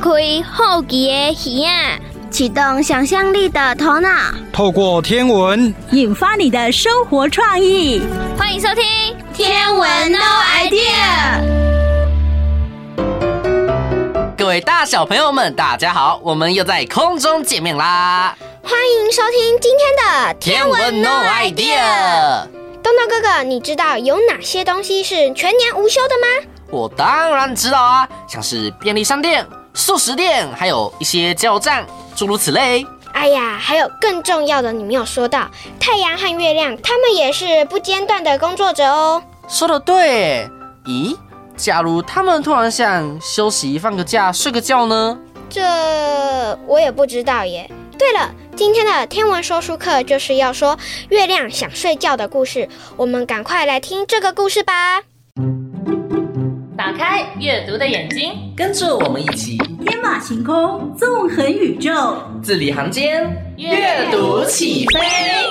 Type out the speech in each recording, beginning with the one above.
开好奇的耳，启动想象力的头脑， 透过天文引发你的生活创意。 欢迎收听《天文 No Idea》。 各位大小朋友们，大家好，我们又在空中见面啦！ 欢迎收听今天的《 天文 No Idea》。 豆豆哥哥，你知道有哪些东西是全年无休的吗？ 我当然知道啊，像是便利商店、速食店，还有一些加油站，诸如此类。 哎呀，还有更重要的你没有说到，太阳和月亮，它们也是不间断的工作者哦。 说得对，咦？假如他们突然想休息、放个假、睡个觉呢？ 这我也不知道耶。对了，今天的天文说书课就是要说月亮想睡觉的故事，我们赶快来听这个故事吧。 打开阅读的眼睛， 跟着我们一起天马行空，纵横宇宙， 字里行间，阅读起飞。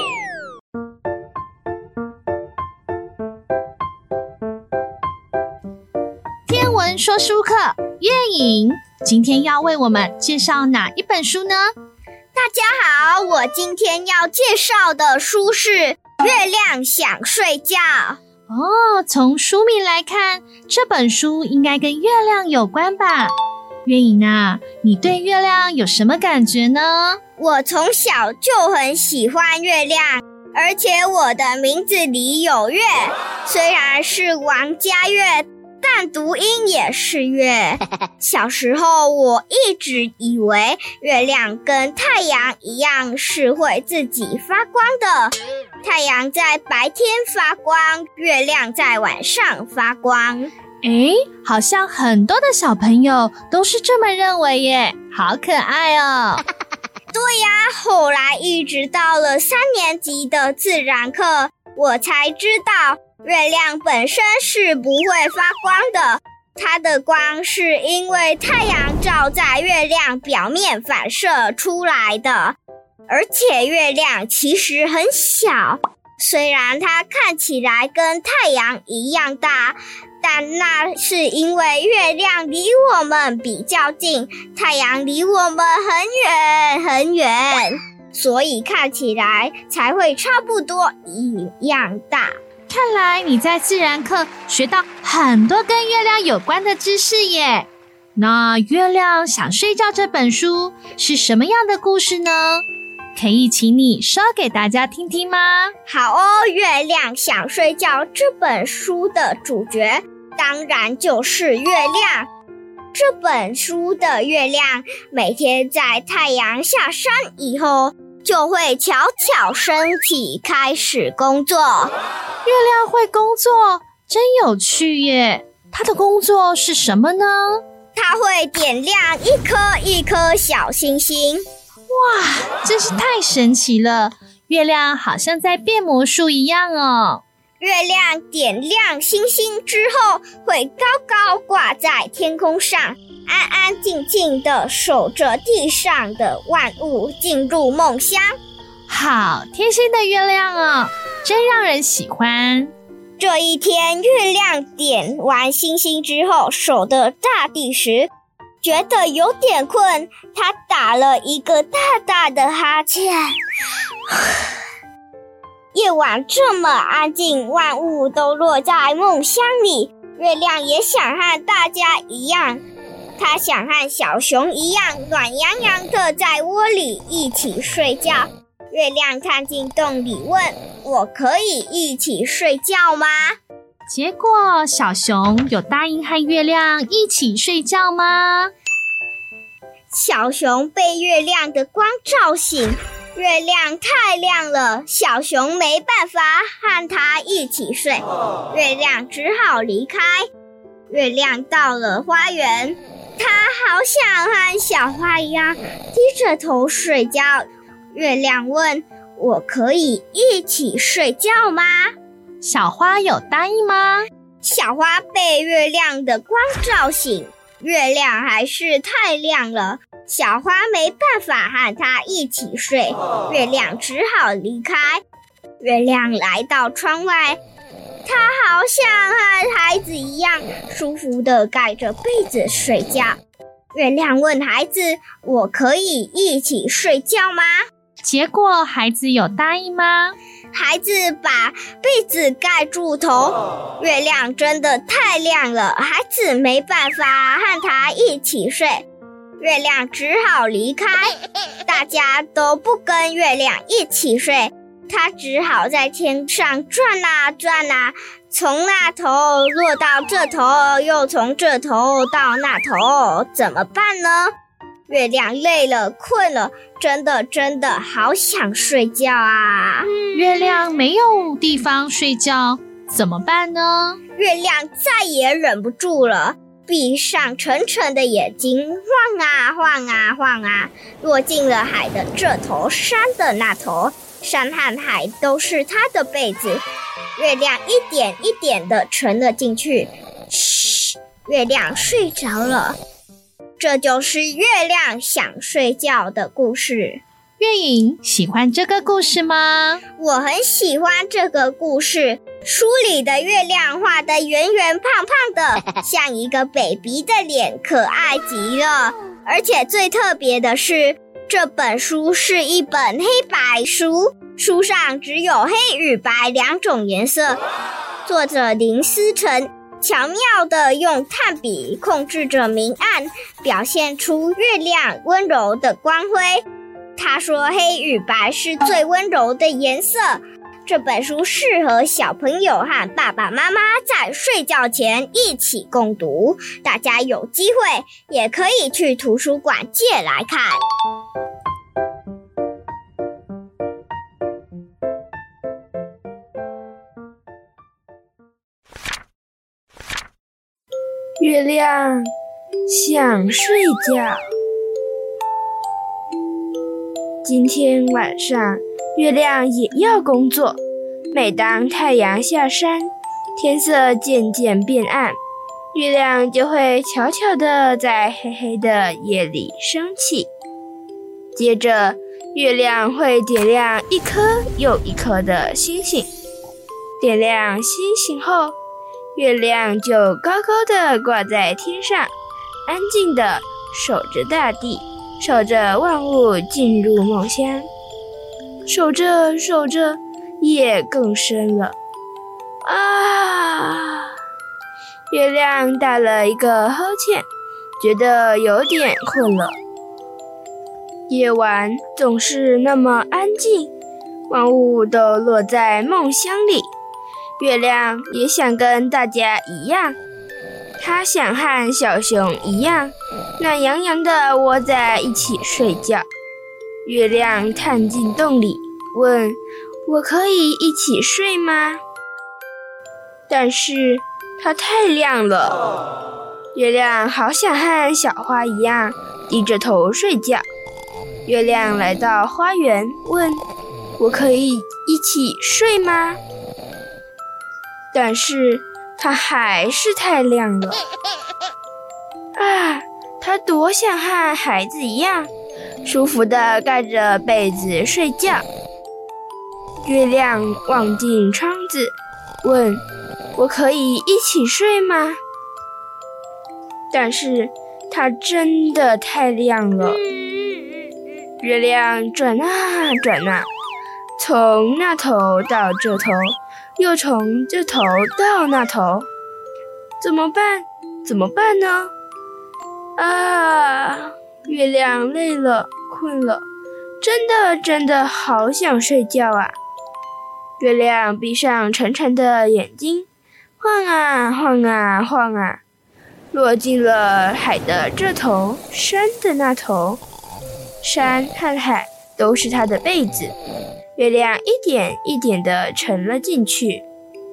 天文说书课，月影今天要为我们介绍哪一本书呢？ 大家好，我今天要介绍的书是《月亮想睡觉》。 哦，从书名来看，这本书应该跟月亮有关吧？月影啊，你对月亮有什么感觉呢？ 我从小就很喜欢月亮，而且我的名字里有月，虽然是王家月，但读音也是月。小时候我一直以为月亮跟太阳一样是会自己发光的，太阳在白天发光，月亮在晚上发光。 诶，好像很多的小朋友都是这么认为耶，好可爱哦。 对呀，后来一直到了3年级的自然课，我才知道月亮本身是不会发光的，它的光是因为太阳照在月亮表面反射出来的。而且月亮其实很小，虽然它看起来跟太阳一样大，但那是因为月亮离我们比较近，太阳离我们很远很远，所以看起来才会差不多一样大。 看来你在自然课学到很多跟月亮有关的知识耶。那《月亮想睡觉》这本书是什么样的故事呢？可以请你说给大家听听吗？ 好哦，《月亮想睡觉》这本书的主角当然就是月亮。这本书的月亮每天在太阳下山以后，就会悄悄升起，开始工作。 月亮会工作，真有趣耶！它的工作是什么呢？ 它会点亮一颗一颗小星星。 哇，真是太神奇了！月亮好像在变魔术一样哦。 月亮点亮星星之后，会高高挂在天空上，安安静静地守着地上的万物，进入梦乡。 好贴心的月亮哦，真让人喜欢。 这一天，月亮点完星星之后，守着大地时，觉得有点困，他打了一个大大的哈欠。夜晚这么安静，万物都落在梦乡里，月亮也想和大家一样，他想和小熊一样暖洋洋的在窝里一起睡觉。月亮看进洞里问，我可以一起睡觉吗？ 结果小熊有答应和月亮一起睡觉吗？ 小熊被月亮的光照醒，月亮太亮了，小熊没办法和它一起睡，月亮只好离开。月亮到了花园，它好想和小花一样低着头睡觉。月亮问，我可以一起睡觉吗？ 小花有答应吗？ 小花被月亮的光照醒，月亮还是太亮了，小花没办法和它一起睡，月亮只好离开。月亮来到窗外，它好想和孩子一样舒服地盖着被子睡觉。 月亮问孩子：“我可以一起睡觉吗？” 结果孩子有答应吗？ 孩子把被子盖住头，月亮真的太亮了，孩子没办法和他一起睡，月亮只好离开。大家都不跟月亮一起睡，他只好在天上转啊转啊，从那头落到这头，又从这头到那头，怎么办呢？月亮累了困了，真的好想睡觉啊。 月亮没有地方睡觉，怎么办呢？ 月亮再也忍不住了，闭上沉沉的眼睛，晃啊晃啊晃啊，落进了海的这头，山的那头，山和海都是他的被子。月亮一点一点地沉了进去，嘘，月亮睡着了。这就是月亮想睡觉的故事。 月影喜欢这个故事吗？ 我很喜欢这个故事，书里的月亮画得圆圆胖胖的，像一个 baby 的脸，可爱极了。而且最特别的是，这本书是一本黑白书，书上只有黑与白两种颜色。作者林思成巧妙地用炭笔控制着明暗，表现出月亮温柔的光辉。他说黑与白是最温柔的颜色。这本书适合小朋友和爸爸妈妈在睡觉前一起共读，大家有机会也可以去图书馆借来看。 月亮想睡觉。今天晚上，月亮也要工作。每当太阳下山，天色渐渐变暗，月亮就会悄悄地在黑黑的夜里升起。接着，月亮会点亮一颗又一颗的星星。点亮星星后，月亮就高高的挂在天上，安静地守着大地，守着万物进入梦乡。守着守着，夜更深了。啊！月亮打了一个呵欠，觉得有点困了。夜晚总是那么安静，万物都落在梦乡里。月亮也想跟大家一样，它想和小熊一样，暖洋洋地窝在一起睡觉。月亮探进洞里，问：“我可以一起睡吗？”但是它太亮了，月亮好想和小花一样低着头睡觉。月亮来到花园，问：“我可以一起睡吗？”但是它还是太亮了。啊，它多想和孩子一样，舒服地盖着被子睡觉。月亮望进窗子，问：“我可以一起睡吗？”但是它真的太亮了。月亮转啊转啊，从那头到这头，又从这头到那头，怎么办？怎么办呢？啊！月亮累了，困了，真的好想睡觉啊！月亮闭上沉沉的眼睛，晃啊晃啊晃啊，落进了海的这头，山的那头。山和海都是它的被子，月亮一点一点地沉了进去。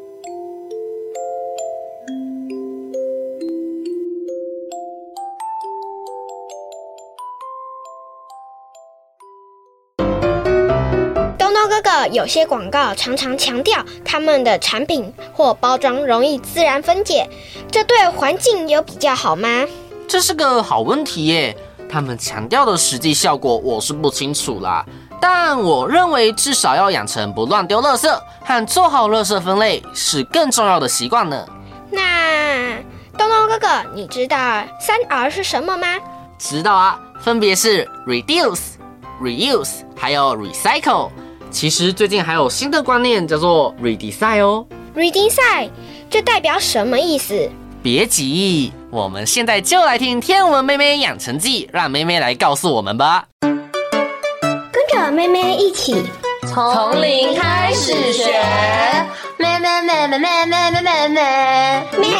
东东哥哥，有些广告常常强调他们的产品或包装容易自然分解，这对环境有比较好吗？ 这是个好问题耶。他们强调的实际效果我是不清楚啦，但我认为至少要养成不乱丢垃圾和做好垃圾分类是更重要的习惯呢。 那东东哥哥，你知道3R 是什么吗？ 知道啊，分别是 reduce、reuse 还有 recycle。其实最近还有新的观念叫做 redesign 哦。 redesign 这代表什么意思？ 别急，我们现在就来听天文妹妹养成记，让妹妹来告诉我们吧。 跟着妹妹一起从零开始学，妹妹妹妹妹妹妹妹妹。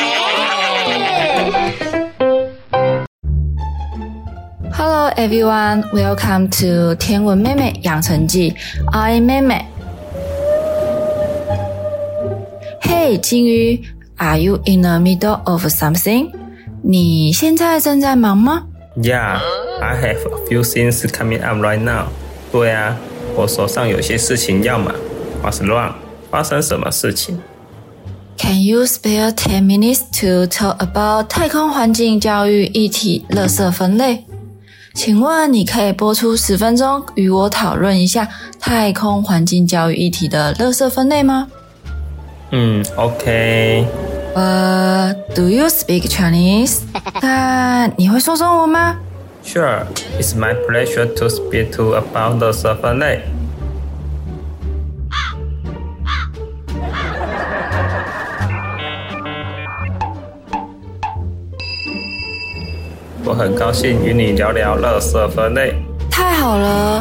Hello everyone, welcome to 天文妹妹养成记。I'm 妹妹。Hey 金鱼 ，Are you in the middle of something？ 你现在正在忙吗 Yeah, I have a few things coming up right now. 对啊，我手上有些事情要忙。What's wrong？ 发生什么事情 ？Can you spare 10 minutes to talk about 太空环境教育议题垃圾分类？请问你可以播出10分钟与我讨论一下太空环境教育议题的垃圾分类吗 ？OK。 Do you speak Chinese？ 那你会说中文吗 ？Sure, it's my pleasure to speak to about 垃圾分类。我很高兴与你聊聊垃圾分类。 太好了！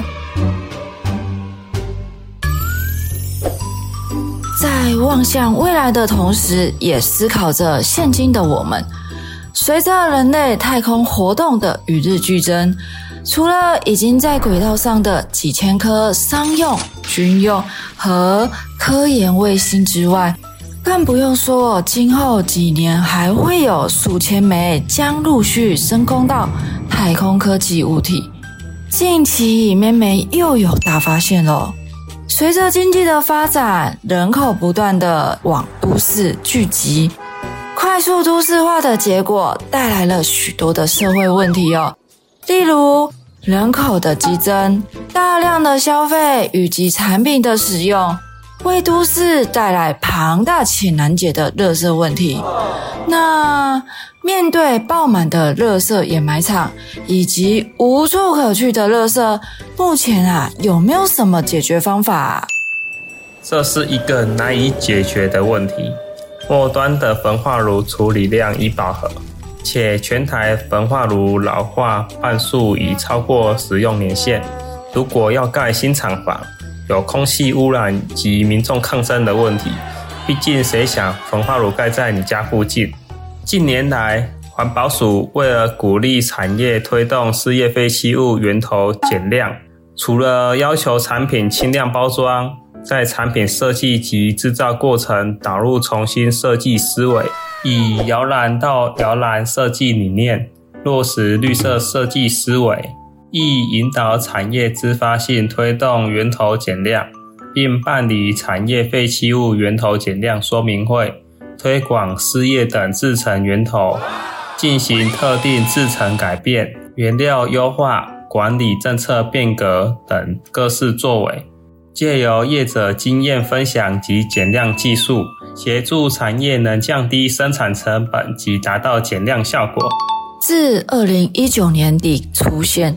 在望向未来的同时，也思考着现今的我们。随着人类太空活动的与日俱增，除了已经在轨道上的几千颗商用、军用和科研卫星之外，更不用说今后几年还会有数千枚将陆续升空到太空科技物体。近期妹妹又有大发现了，随着经济的发展，人口不断的往都市聚集，快速都市化的结果带来了许多的社会问题哦，例如人口的激增、大量的消费以及产品的使用，为都市带来庞大且难解的垃圾问题。那面对爆满的垃圾掩埋场以及无处可去的垃圾，目前有没有什么解决方法这是一个难以解决的问题。末端的焚化炉处理量已饱和，且全台焚化炉老化半数已超过使用年限。如果要盖新厂房，有空气污染及民众抗争的问题，毕竟谁想焚化炉盖在你家附近？近年来，环保署为了鼓励产业推动事业废弃物源头减量，除了要求产品轻量包装，在产品设计及制造过程导入重新设计思维，以摇篮到摇篮设计理念，落实绿色设计思维，亦引导产业自发性推动源头减量，并办理产业废弃物源头减量说明会，推广失业等制成源头，进行特定制成改变、原料优化、管理政策变革等各式作为，借由业者经验分享及减量技术，协助产业能降低生产成本及达到减量效果。 自2019年底出现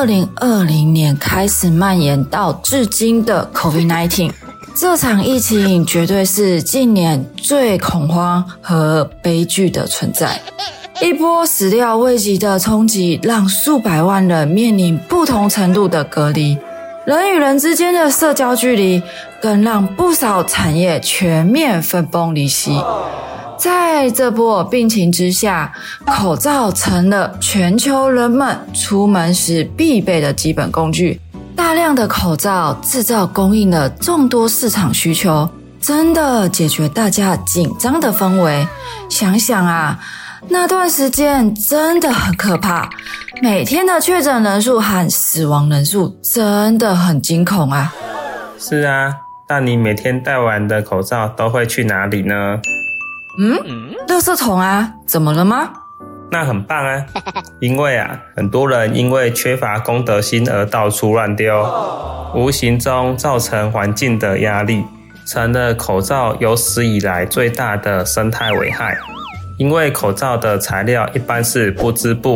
，2020年开始蔓延到至今的 COVID-19， 这场疫情绝对是近年最恐慌和悲剧的存在。一波始料未及的冲击，让数百万人面临不同程度的隔离，人与人之间的社交距离，更让不少产业全面分崩离析。在这波病情之下，口罩成了全球人们出门时必备的基本工具。大量的口罩制造供应了众多市场需求，真的解决大家紧张的氛围。想想那段时间真的很可怕，每天的确诊人数和死亡人数真的很惊恐啊。 是啊，但你每天戴完的口罩都会去哪里呢？ 垃圾桶怎么了吗？ 那很棒啊，因为很多人因为缺乏公德心而到处乱丢，无形中造成环境的压力，成了口罩有史以来最大的生态危害。因为口罩的材料一般是不织布、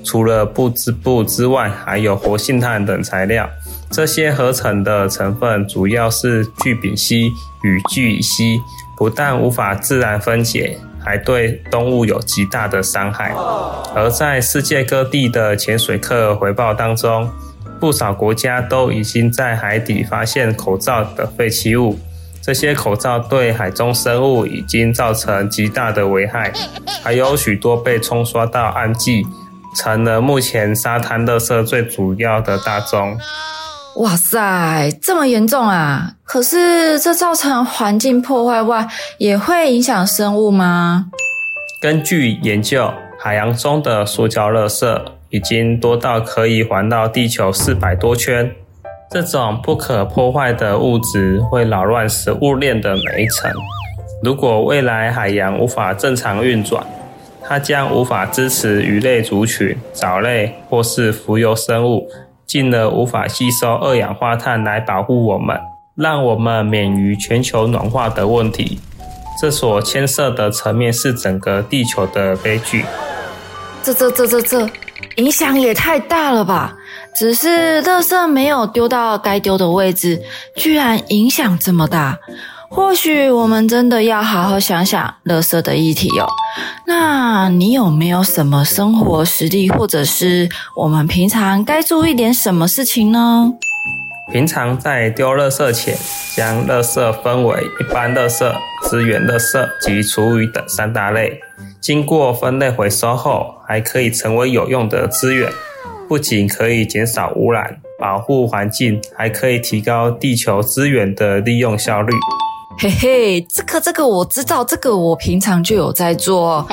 除了不织布之外，还有活性炭等材料。这些合成的成分主要是聚丙烯与聚乙烯，不但无法自然分解，还对动物有极大的伤害。而在世界各地的潜水客回报当中，不少国家都已经在海底发现口罩的废弃物。这些口罩对海中生物已经造成极大的危害，还有许多被冲刷到岸际，成了目前沙滩垃圾最主要的大宗。 哇塞，这么严重啊！可是这造成环境破坏外，也会影响生物吗？ 根据研究，海洋中的塑胶垃圾已经多到可以环绕地球400多圈。这种不可破坏的物质会扰乱食物链的每一层。如果未来海洋无法正常运转，它将无法支持鱼类族群、藻类或是浮游生物，进而无法吸收二氧化碳来保护我们，让我们免于全球暖化的问题。这所牵涉的层面是整个地球的悲剧。 这影响也太大了吧！只是垃圾没有丢到该丢的位置，居然影响这么大。或许我们真的要好好想想垃圾的议题哦。那你有没有什么生活实例，或者是我们平常该注意点什么事情呢？ 平常在丢垃圾前，将垃圾分为一般垃圾、资源垃圾及厨余等3大类。经过分类回收后，还可以成为有用的资源，不仅可以减少污染、保护环境，还可以提高地球资源的利用效率。 嘿嘿，这个我知道，这个我平常就有在做。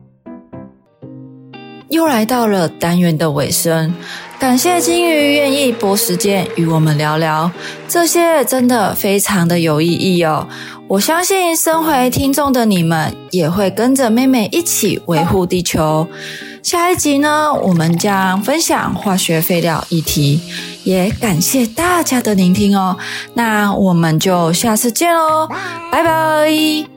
又来到了单元的尾声，感谢金鱼愿意拨时间与我们聊聊，这些真的非常的有意义哦。我相信身为听众的你们也会跟着妹妹一起维护地球。下一集呢，我们将分享化学废料议题，也感谢大家的聆听哦。那我们就下次见咯，拜拜。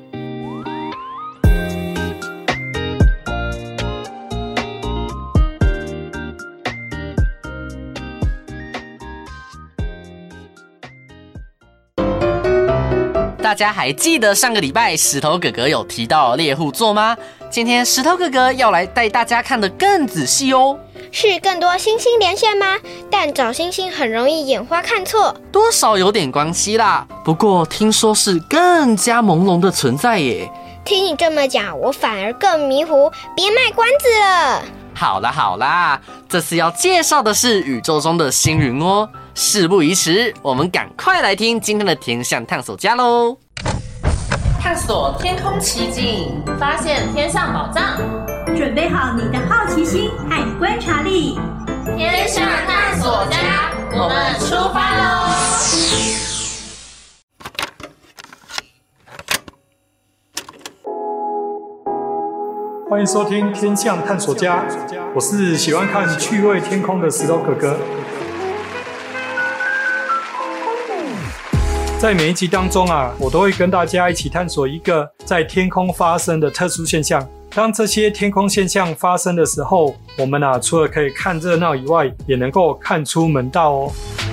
大家还记得上个礼拜石头哥哥有提到猎户座吗？今天石头哥哥要来带大家看得更仔细哦。 是更多星星连线吗？但找星星很容易眼花看错， 多少有点关系啦。不过听说是更加朦胧的存在耶。 听你这么讲，我反而更迷糊，别卖关子了。 好啦，这次要介绍的是宇宙中的星云哦。事不宜迟，我们赶快来听今天的天象探索家喽！ 探索天空奇景，发现天上宝藏， 准备好你的好奇心和观察力。 天象探索家，我们出发喽！ 欢迎收听天象探索家，我是喜欢看趣味天空的石头哥哥。在每一集当中啊，我都会跟大家一起探索一个在天空发生的特殊现象。当这些天空现象发生的时候，我们啊除了可以看热闹以外，也能够看出门道哦。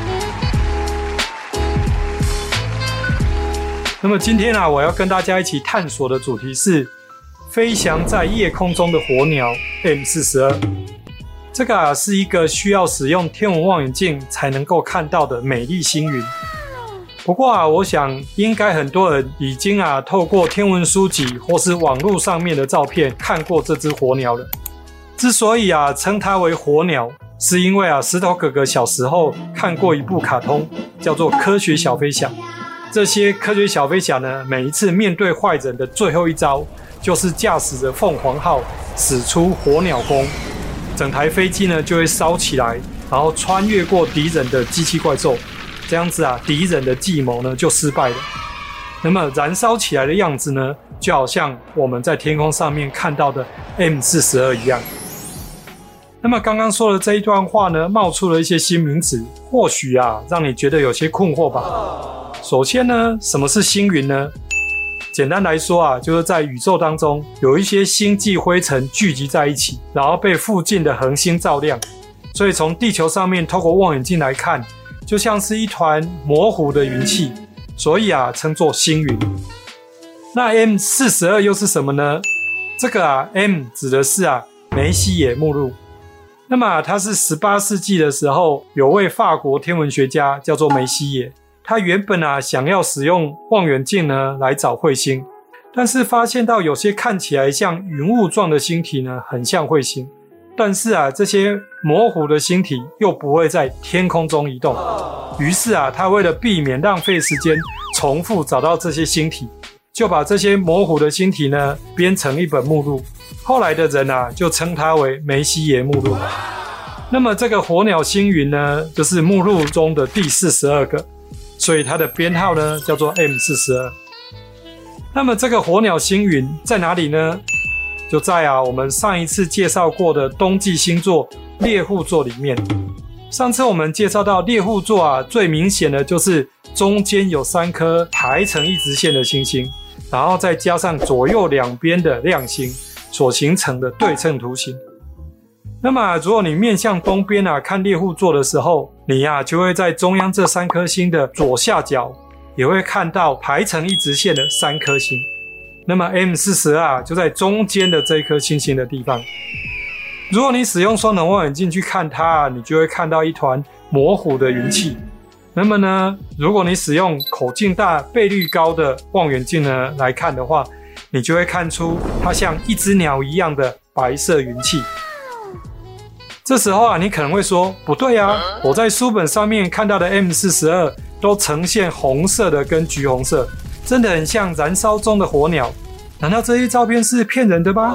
那么今天啊，我要跟大家一起探索的主题是飞翔在夜空中的火鸟 M42。这个啊是一个需要使用天文望远镜才能够看到的美丽星云。不过啊，我想应该很多人已经啊透过天文书籍或是网络上面的照片看过这只火鸟了。之所以啊称它为火鸟，是因为啊石头哥哥小时候看过一部卡通，叫做《科学小飞侠》。这些科学小飞侠呢，每一次面对坏人的最后一招，就是驾驶着凤凰号使出火鸟功，整台飞机呢就会烧起来，然后穿越过敌人的机器怪兽。这样子啊，敌人的计谋呢就失败了。那么燃烧起来的样子呢，就好像我们在天空上面看到的 M42 一样。那么刚刚说的这一段话呢，冒出了一些新名词，或许啊让你觉得有些困惑吧。首先呢，什么是星云呢？ 简单来说啊，就是在宇宙当中有一些星际灰尘聚集在一起，然后被附近的恒星照亮，所以从地球上面透过望远镜来看，就像是一团模糊的云气，所以啊称作星云。那 M42 又是什么呢？这个啊 M 指的是啊梅西耶目录。那么它是18世纪的时候，有位法国天文学家叫做梅西耶，他原本啊想要使用望远镜呢来找彗星，但是发现到有些看起来像云雾状的星体呢很像彗星，但是啊这些模糊的星体又不会在天空中移动。于是啊他为了避免浪费时间重复找到这些星体，就把这些模糊的星体呢编成一本目录，后来的人啊就称它为梅西耶目录。那么这个火鸟星云呢就是目录中的第42个，所以它的编号呢叫做 M42。那么这个火鸟星云在哪里呢？就在啊我们上一次介绍过的冬季星座猎户座里面。上次我们介绍到猎户座啊，最明显的就是中间有3颗排成一直线的星星，然后再加上左右两边的亮星所形成的对称图形。那么如果你面向东边啊看猎户座的时候，你啊就会在中央这3颗星的左下角也会看到排成一直线的3颗星。那么 M42 啊就在中间的这一颗星星的地方。如果你使用双筒望远镜去看它，你就会看到一团模糊的云气。那么呢，如果你使用口径大、倍率高的望远镜呢来看的话，你就会看出它像一只鸟一样的白色云气。这时候啊，你可能会说，不对啊，我在书本上面看到的 M42 都呈现红色的跟橘红色，真的很像燃烧中的火鸟。难道这些照片是骗人的吗？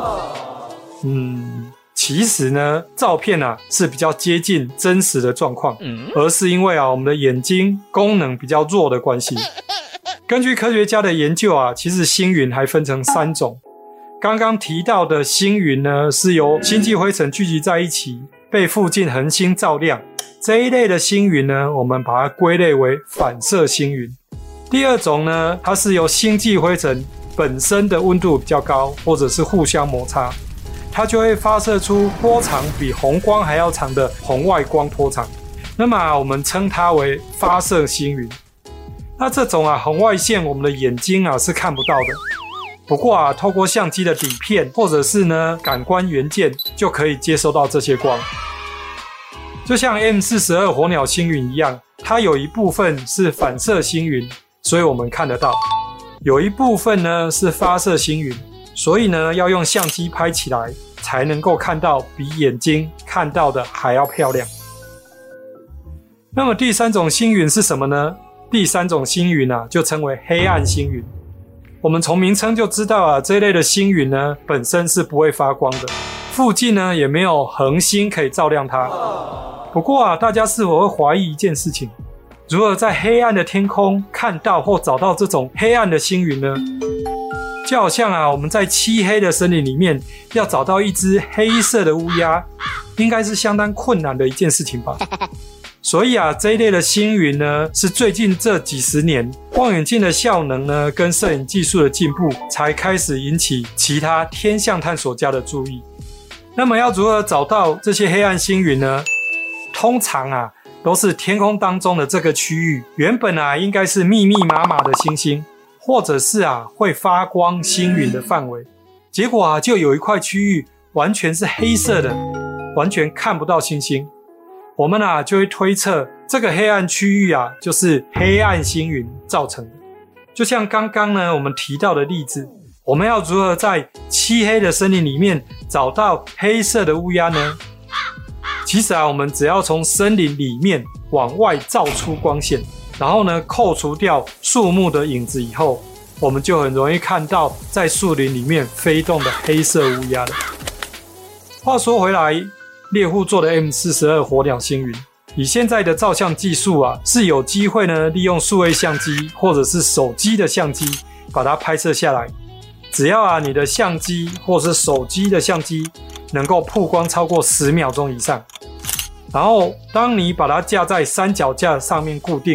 其实呢，照片啊是比较接近真实的状况，而是因为啊我们的眼睛功能比较弱的关系。根据科学家的研究啊，其实星云还分成3种。刚刚提到的星云呢，是由星际灰尘聚集在一起，被附近恒星照亮。这一类的星云呢，我们把它归类为反射星云。第2种呢，它是由星际灰尘本身的温度比较高，或者是互相摩擦，它就会发射出波长比红光还要长的红外光波长。那么我们称它为发射星云。那这种啊红外线我们的眼睛啊是看不到的，不过啊透过相机的底片或者是呢感光元件就可以接收到这些光。就像 M42 火鸟星云一样，它有一部分是反射星云，所以我们看得到；有一部分呢是发射星云，所以呢要用相机拍起来才能够看到比眼睛看到的还要漂亮。那么第3种星云是什么呢？第3种星云啊就称为黑暗星云。我们从名称就知道啊，这一类的星云呢本身是不会发光的，附近呢也没有恒星可以照亮它。不过啊，大家是否会怀疑一件事情，如何在黑暗的天空看到或找到这种黑暗的星云呢？就好像啊我们在漆黑的森林里面要找到一只黑色的乌鸦，应该是相当困难的一件事情吧。所以啊这一类的星云呢，是最近这几十年望远镜的效能呢跟摄影技术的进步才开始引起其他天象探索家的注意。那么要如何找到这些黑暗星云呢？通常啊都是天空当中的这个区域原本啊应该是密密麻麻的星星，或者是啊会发光星云的范围，结果啊就有一块区域完全是黑色的，完全看不到星星。我们啊就会推测这个黑暗区域啊就是黑暗星云造成的。就像刚刚呢我们提到的例子，我们要如何在漆黑的森林里面找到黑色的乌鸦呢？其实啊我们只要从森林里面往外照出光线，然后呢扣除掉树木的影子以后，我们就很容易看到在树林里面飞动的黑色乌鸦了。话说回来，猎户座的 M42 火鸟星云，以现在的照相技术啊，是有机会呢利用数位相机或者是手机的相机把它拍摄下来。只要啊你的相机或是手机的相机能够曝光超过10秒钟以上，然后当你把它架在三脚架上面固定，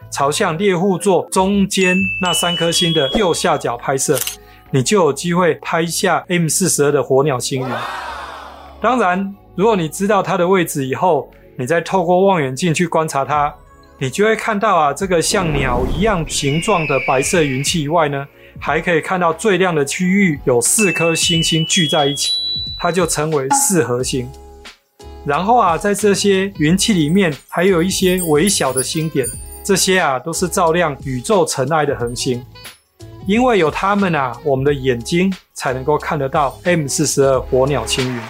朝向猎户座中间那3颗星的右下角拍摄，你就有机会拍下 M42 的火鸟星云。当然，如果你知道它的位置以后，你再透过望远镜去观察它，你就会看到这个像鸟一样形状的白色云气以外呢，还可以看到最亮的区域有4颗星星聚在一起，它就称为4合星。然后在这些云气里面还有一些微小的星点，这些都是照亮宇宙尘埃的恒星。因为有它们我们的眼睛才能够看得到 M42 火鸟星云。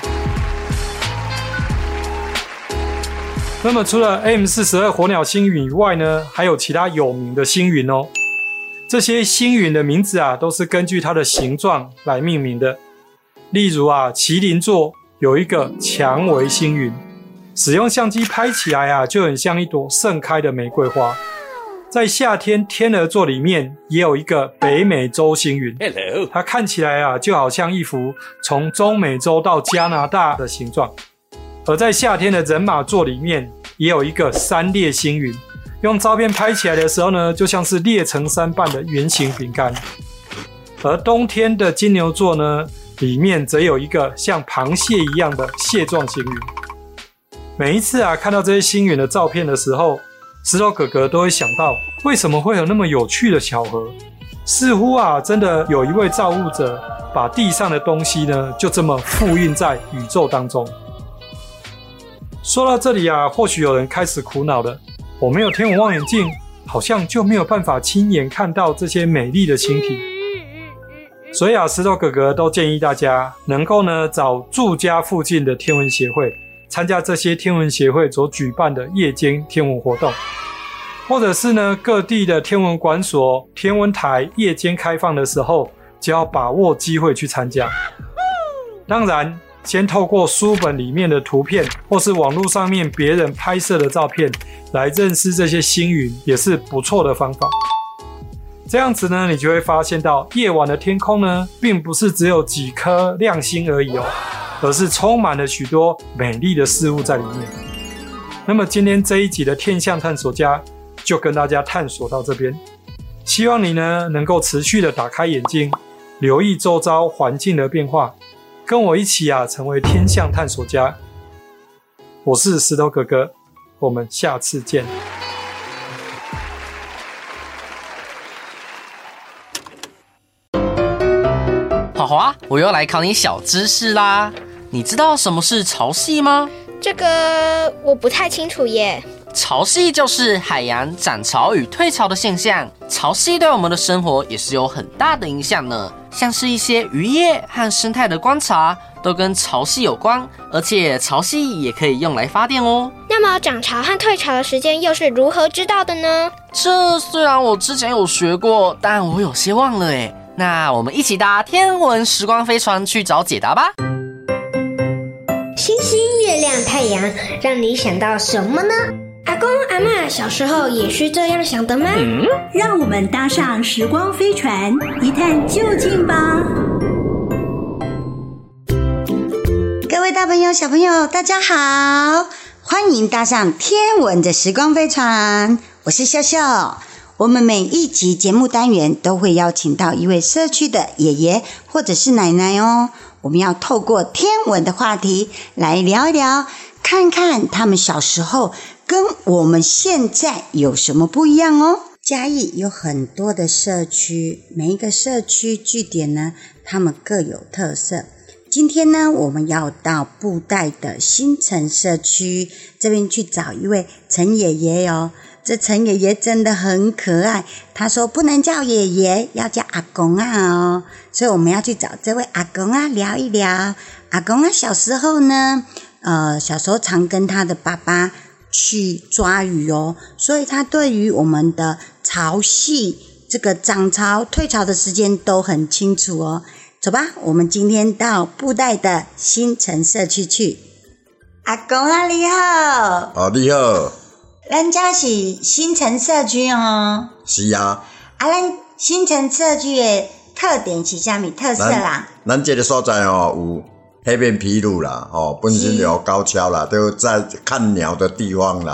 那么除了 M42 火鸟星云以外呢，还有其他有名的星云哦。这些星云的名字都是根据它的形状来命名的。例如麒麟座有一个蔷薇星云，使用相机拍起来就很像一朵盛开的玫瑰花。在夏天天鹅座里面也有一个北美洲星云，它看起来就好像一幅从中美洲到加拿大的形状。而在夏天的人马座里面也有一个三裂星云，用照片拍起来的时候呢，就像是裂成3瓣的圆形饼干。而冬天的金牛座呢，里面则有一个像螃蟹一样的蟹状星云。每一次看到这些星云的照片的时候，石头哥哥都会想到，为什么会有那么有趣的巧合？似乎真的有一位造物者把地上的东西呢，就这么复运在宇宙当中。说到这里或许有人开始苦恼了，我没有天文望远镜，好像就没有办法亲眼看到这些美丽的星体。所以石头哥哥都建议大家能够呢找住家附近的天文协会，参加这些天文协会所举办的夜间天文活动，或者是呢各地的天文馆所、天文台夜间开放的时候，就要把握机会去参加。当然，先透过书本里面的图片，或是网络上面别人拍摄的照片来认识这些星云，也是不错的方法。这样子呢，你就会发现到夜晚的天空呢，并不是只有几颗亮星而已而是充满了许多美丽的事物在里面。那么今天这一集的天象探索家就跟大家探索到这边，希望你呢能够持续的打开眼睛，留意周遭环境的变化，跟我一起成为天象探索家。我是石头哥哥，我们下次见。 华华，我又来考你小知识啦！你知道什么是潮汐吗？ 这个我不太清楚耶。 潮汐就是海洋涨潮与退潮的现象，潮汐对我们的生活也是有很大的影响呢。像是一些渔业和生态的观察都跟潮汐有关，而且潮汐也可以用来发电哦。 那么涨潮和退潮的时间又是如何知道的呢？ 这虽然我之前有学过，但我有些忘了耶。那我们一起搭天文时光飞船去找解答吧。 星星、月亮、太阳，让你想到什么呢？阿公阿嬷小时候也是这样想的吗？ 让我们搭上时光飞船，一探究竟吧。 各位大朋友、小朋友，大家好，欢迎搭上天文的时光飞船，我是笑笑。我们每一集节目单元都会邀请到一位社区的爷爷或者是奶奶哦，我们要透过天文的话题来聊一聊，看看他们小时候跟我们现在有什么不一样哦。嘉义有很多的社区，每一个社区据点呢，他们各有特色。今天呢，我们要到布袋的新城社区这边去找一位陈爷爷哦。这陈爷爷真的很可爱，他说不能叫爷爷，要叫阿公哦。所以我们要去找这位阿公聊一聊。阿公小时候呢，小时候常跟他的爸爸去抓鱼哦，所以他对于我们的潮汐、这个涨潮、退潮的时间都很清楚哦。走吧，我们今天到布袋的新城社区去。阿公你好。 你好。 咱家是新城社区哦。 是啊。 咱新城社区的特点是啥物特色啦？ 咱这个所在有黑面琵鹭啦，本身有高跷啦，都在看鸟的地方啦。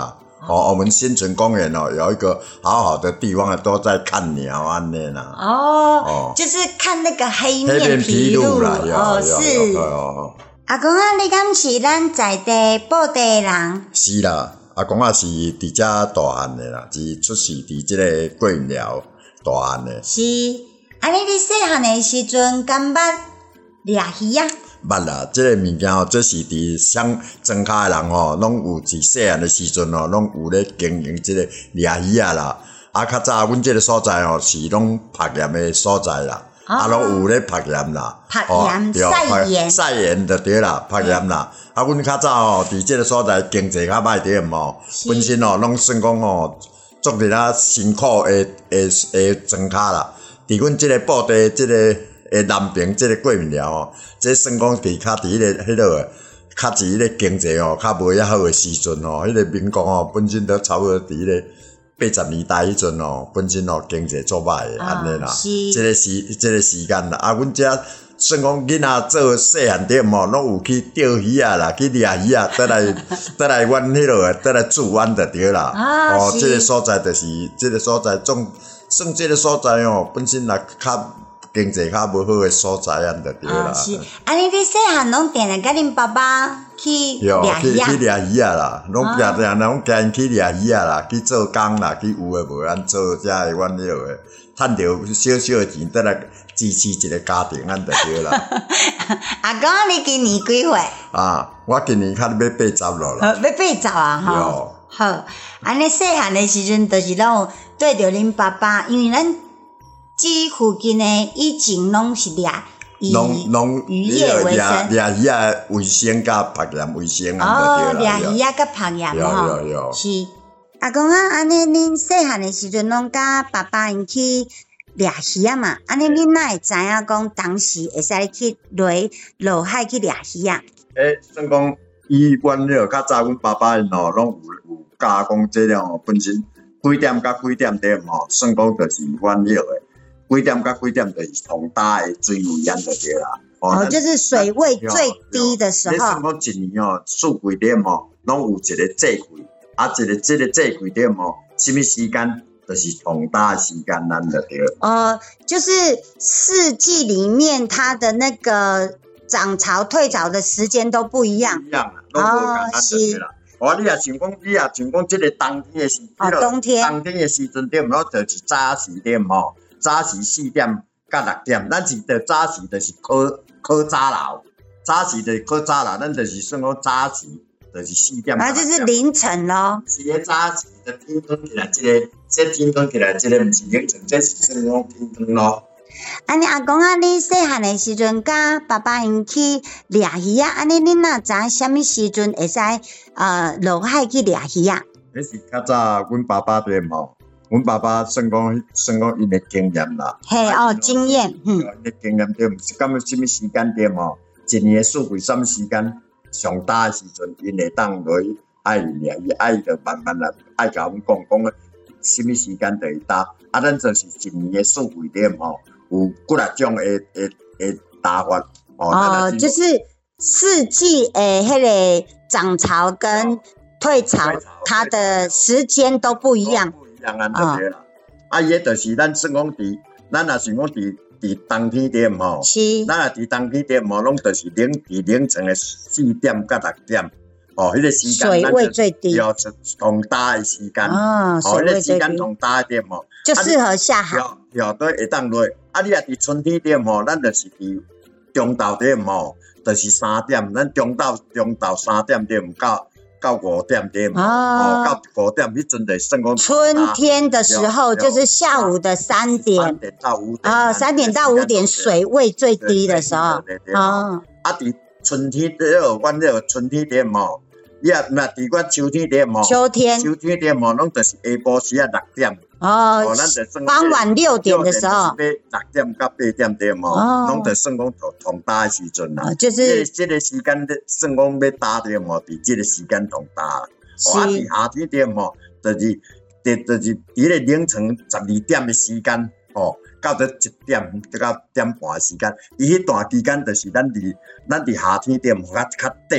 我们新城公园有一个好好的地方都在看鸟安尼啦。 就是看那个黑面琵鹭啦。是。阿公啊，你敢是咱在地布袋人？ 是啦，阿公啊是伫遮大汉的啦，是出世伫即个过寮大汉的。 是，安尼你细汉的时阵，敢捌掠鱼啊？ 捌啦，即个物件这是伫乡庄骹的人拢有伫细汉的时阵拢有咧经营即个掠鱼啊啦。较早阮即个所在是拢拍盐的所在啦。拢有咧拍盐啦， 拍盐晒盐就对啦，拍盐啦。阮较早伫即个所在经济较歹点本身拢算讲做伫啦辛苦的庄卡啦。伫阮即个布袋即个南平即个过面寮这算讲伫较伫迄个较伫迄个经济较无遐好的时阵迄个民国本身都差不多伫迄个。80年代迄阵本身经济做歹诶，安尼啦。即个时间啦，阮遮算讲囡仔做细汉点拢有去钓鱼啊啦，去掠鱼啊，倒来阮迄落倒来住湾就对啦。即个所在就是即个所在，算即个所在本身也较经济较无好诶所在安就对啦。 是，安尼你细汉拢定定甲恁爸爸去掠鱼啊？ 去掠鱼啊啦，拢拢家因去掠鱼啊啦，去做工啦，去有诶无咱做遮诶阮迄落诶，趁着小小诶钱，倒来支持一个家庭安就对啦。 阿公，你今年几岁？ 我今年较要80咯啦。 要80啊？吼。好，安尼细汉诶时阵，就是拢有对着恁爸爸，因为咱这附近诶以前拢是掠。 拢渔业为生， 掠鱼啊，卫生甲拍盐卫生啊， 掠鱼啊，甲拍盐吼，是。阿公啊，安尼恁细汉的时阵拢甲爸爸因去掠鱼啊嘛？安尼恁哪会知影讲当时会使去落海去掠鱼啊？ 算讲以阮了较早，阮爸爸因拢有教讲这了本身几点甲几点点算讲就是阮了诶。几点甲几点就是上大的水位安就对啦。 就是水位最低的时候。你算讲一年数几点拢有一个季季，这个季季点什么时间就是上大的时间安就对了。 就是四季里面它的那个涨潮退潮的时间都不一样。 不一样啦，拢无共安就对啦。你也想讲这个冬天的时，冬天的时阵点就是早时点早时4点到6点，咱是着早时就是考早楼，早时就是考早楼，咱就是算讲早时就是4点。 就是凌晨咯。 是个早时就天光起来，天光起来，这个毋是凌晨，这是算讲天光咯。 安尼阿公啊，你细汉的时阵，甲爸爸因去掠鱼啊，安尼恁哪知什么时阵会使落海去掠鱼啊？ 迄是较早阮爸爸对嘛。阮爸爸算讲因的经验啦， 经验， 因的经验点，是讲什么时间点一年的数据什么时间上大的时阵，因会当落去爱掠鱼，爱就慢慢来，爱甲阮讲什么时间就会打，咱就是一年的数据点有几啊种的打法就是四季迄个涨潮跟退潮，它的时间都不一样。 安就对啦，伊个就是咱算讲咱也是讲伫冬天点是， 咱也伫冬天点拢就是凌晨的4点到6点，迄个时间水位最低， 要上大的时间，迄个时间上大点就适合下海， 都会当落。你也伫春天点咱就是伫中昼点就是3点，咱中昼3点点到5点点到5点，迄阵就算讲春天的时候，就是下午的3点到5点 ，3点到5点水位最低的时候。 伫春天阮春天点伊也伫阮秋天点秋天点拢就是下晡时6点。咱就算傍晚6点的时候 ，6点到8点点拢就算讲同大的时阵啦。 就是这个时间算讲要打点伫这个时间同打。伫夏天点就是伫个凌晨12点的时间到到1点到1点半的时间，伊迄段期间就是咱伫夏天点较短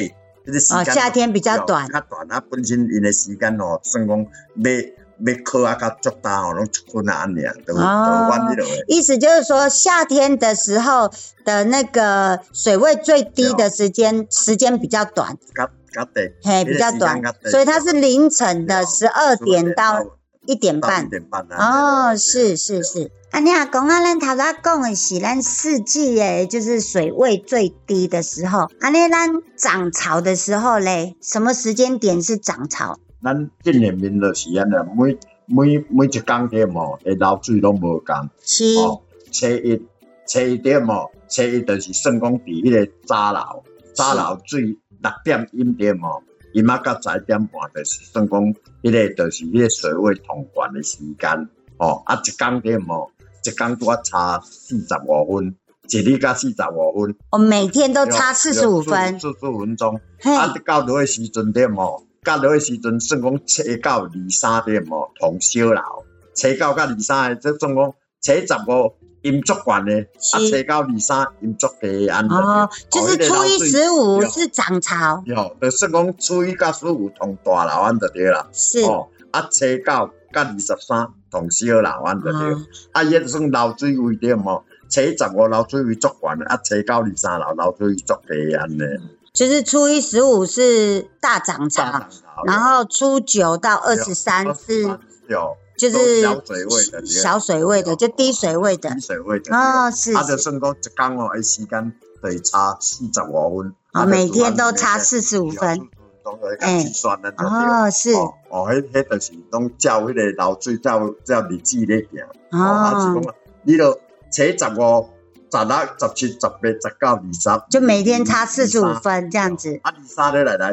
迄个时间夏天比较短， 较短啊，本身因的时间算讲要考啊较足大拢1分安尔，就晚迄落。 意思就是说，夏天的时候的那个水位最低的时间比较短，比较短，所以它是凌晨的12点到1点半。是。你阿公啊，咱头仔讲的是咱四季诶，就是水位最低的时候。咱涨潮的时候咧，什么时间点是涨潮？ 咱近年面就是安尼，每一工点的流水拢无共。 是。 初一点初一就是算讲伫迄个早流水6点饮点伊嘛到11点半就是算讲迄个就是迄个水位同悬的时间。一工点一工拄差45分，一日甲45分。 每天都差45分。 45分钟。到落的时阵点到落的时阵算讲初到23点同小流。初9到23的，这算讲初15音足悬的，初9到23音足低安。 就是初1、15是涨潮。 就算讲初1到15同大流安就对啦。 是。 初9到23同小流安就对。伊算流水位点初15流水位足悬的，初9、23流水位足低安尼。 就是初1、15是大涨潮，然后初9到23是就是小水位的，就低水位的。是。 就算讲一工的时间就是差45分。 每天都差45分。是。 迄就是拢照迄个流水照日子咧行。是讲你著初15、16、17、18、19、20， 就每天差45分这样子。 23咧来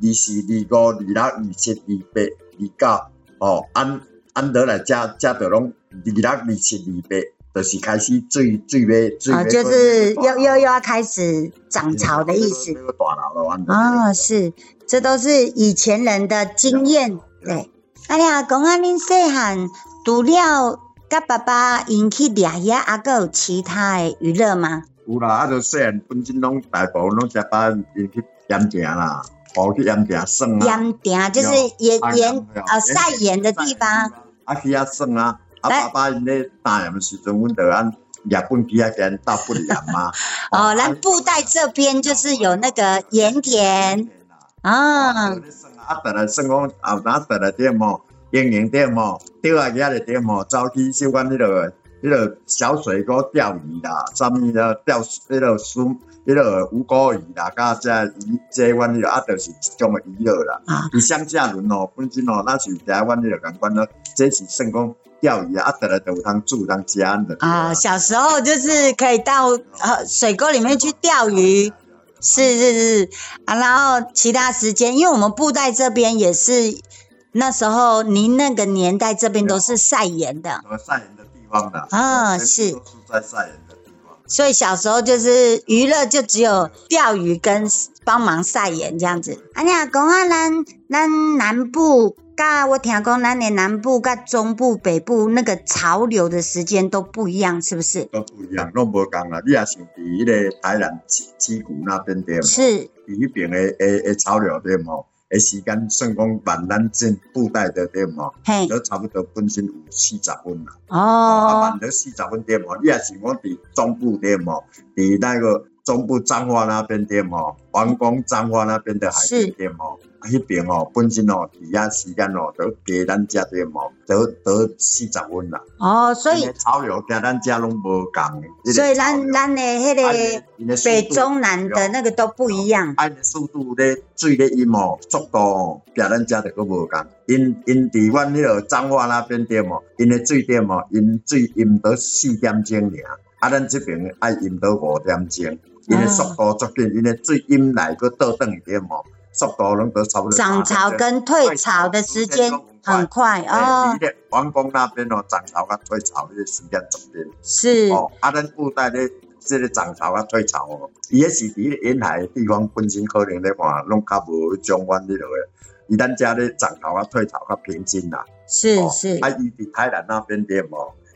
24、25、26、27、28、29，按落来遮就拢26、27、28，就是开始水尾。 就是又要开始涨潮的意思。是，这都是以前人的经验。对。你阿公啊，恁细汉除了甲爸爸因去掠遐，还有其他的娱乐吗？ 有啦，就细汉本身拢大部分拢甲爸因去盐埕啦，去盐埕耍啊。 盐埕就是晒盐的地方。 去遐耍啊，爸爸因咧打盐的时阵，阮就按掠本机给人倒不盐嘛。 咱布袋这边就是有那个盐田。 再来算讲后呾再来点营营点钓啊遐个点走去小可迄个小水沟钓鱼啦，啥物啦钓迄个乌龟鱼啦，甲这鱼这阮迄个就是一种的娱乐啦。乡下人本身咱是台湾迄个感觉呢，这是算讲钓鱼再来就有通煮有通食的。 小时候就是可以到水沟里面去钓鱼。是然后其他时间，因为我们布袋这边也是那时候您那个年代这边都是晒盐的， 晒盐的地方的。 是都是在晒盐的地方。 所以小时候就是娱乐就只有钓鱼跟帮忙晒盐这样子。你阿公啊，咱南部甲我听讲，咱的南部甲中部、北部那个潮流的时间都不一样，是不是？ 都不一样，拢无共啦。你也像伫迄个台南七股那边对嘛？ 是。 伫迄边的潮流对嘛？的时间算讲万咱进布袋的对嘛？都差不多本身有40分啦。万都40分对嘛？你也是讲伫中部对嘛？伫那个中部彰化那边对嘛？皇宫彰化那边的海边对嘛？迄边本身伫遐时间都加咱遮对嘛？都40分啦。 所以潮流加咱遮拢无共。 所以咱的迄个北中南的那个都不一样。 速度咧，水咧淹速度加咱遮就佫无共。因伫阮迄个彰化那边对嘛？因的水点因水淹到4点钟尔，咱这边爱淹到5点钟。因的速度足紧，因的水淹来佫倒转去对嘛？速度拢都差不多。 涨潮跟退潮的时间很快皇宫那边涨潮甲退潮的时间足紧。 是。 咱布袋咧，这个涨潮甲退潮伊也是伫沿海的地方本身可能咧看，拢较无种阮迄落个。伊咱遮咧涨潮甲退潮较平均啦。 是。 伊伫台南那边对无？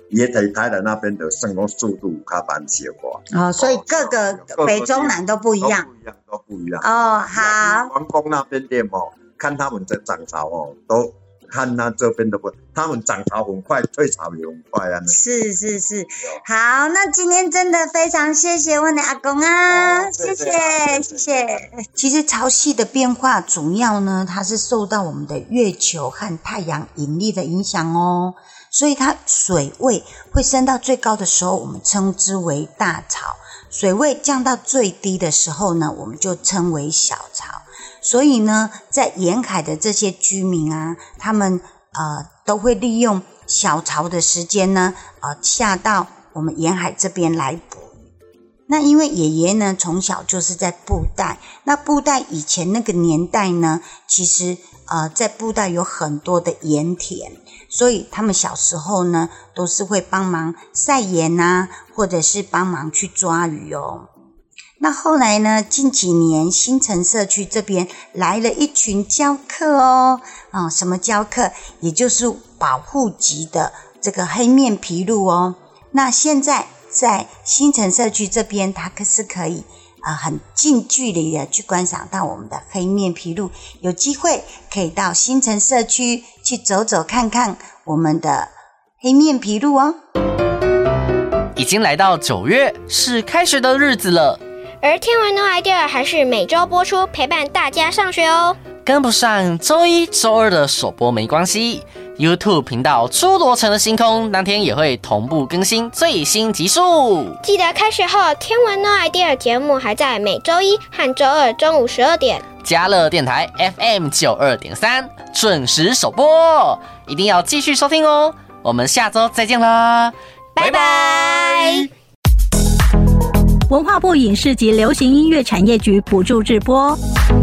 也在台南那边的算讲速度较慢些寡。 所以各个北中南都不一样。 都不一样。 好。 王宫那边的看他们的涨潮都看他这边的不，他们涨潮很快，退潮也很快啊。 是。好，那今天真的非常谢谢我的阿公啊，谢谢。其实潮汐的变化主要呢，它是受到我们的月球和太阳引力的影响哦，所以它水位会升到最高的时候，我们称之为大潮；水位降到最低的时候呢，我们就称为小潮。所以呢，在沿海的这些居民啊，他们都会利用小潮的时间呢，下到我们沿海这边来捕鱼。那因为爷爷呢，从小就是在布袋，那布袋以前那个年代呢，其实在布袋有很多的盐田，所以他们小时候呢，都是会帮忙晒盐啊，或者是帮忙去抓鱼哦。那后来呢，近几年新城社区这边来了一群教课哦，什么教课？也就是保护级的这个黑面琵鹭哦。那现在在新城社区这边，它是可以很近距离的去观赏到我们的黑面琵鹭，有机会可以到新城社区去走走看看我们的黑面琵鹭哦。 已经来到9月，是开学的日子了。 而天文 No Idea 还是每周播出，陪伴大家上学哦。 跟不上周一、周二的首播没关系 ，YouTube 频道《侏罗城的星空》当天也会同步更新最新集数。 记得开学后，天文 No Idea 节目还在每周一和周二中午12点， 嘉乐电台 FM 92.3准时首播，一定要继续收听哦。我们下周再见啦，拜拜。 文化部影视及流行音乐产业局补助制播。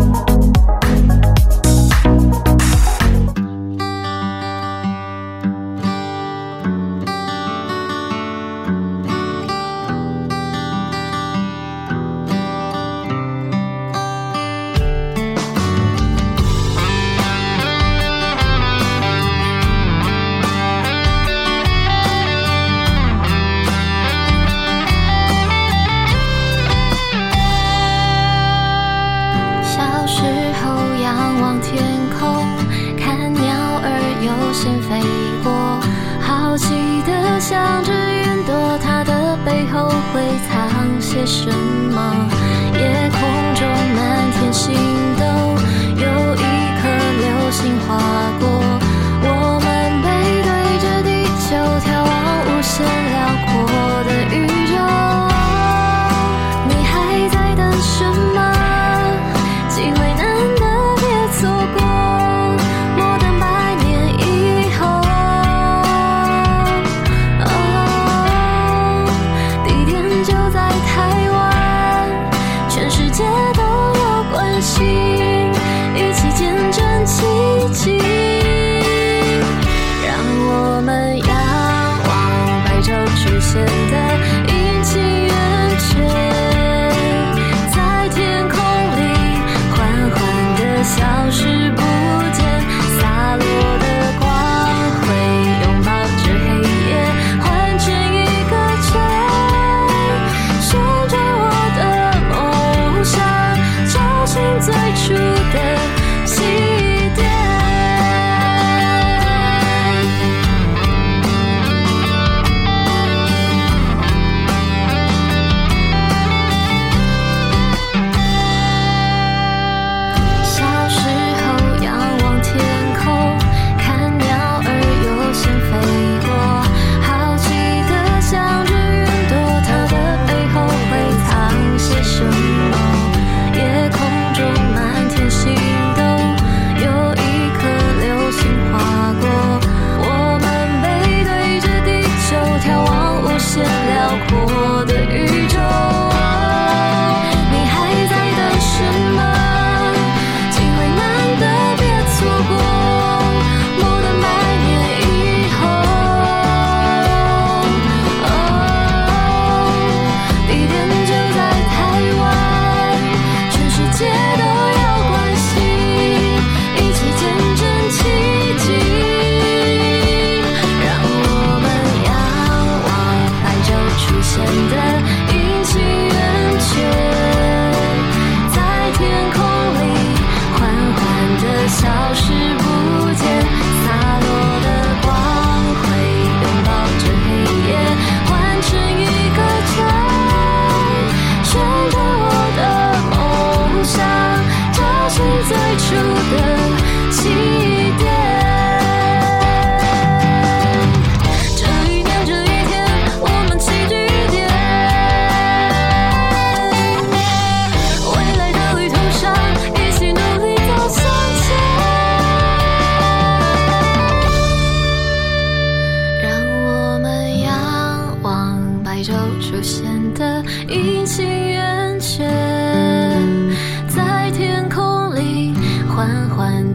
像只云朵，它的背后会藏些什么？夜空中满天星斗，有一颗流星划过，我们背对着地球，眺望无限辽阔的宇宙。你还在等什么？机会难得，别错过。莫等100年以后。地点就在台湾，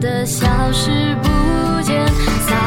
的消失不见。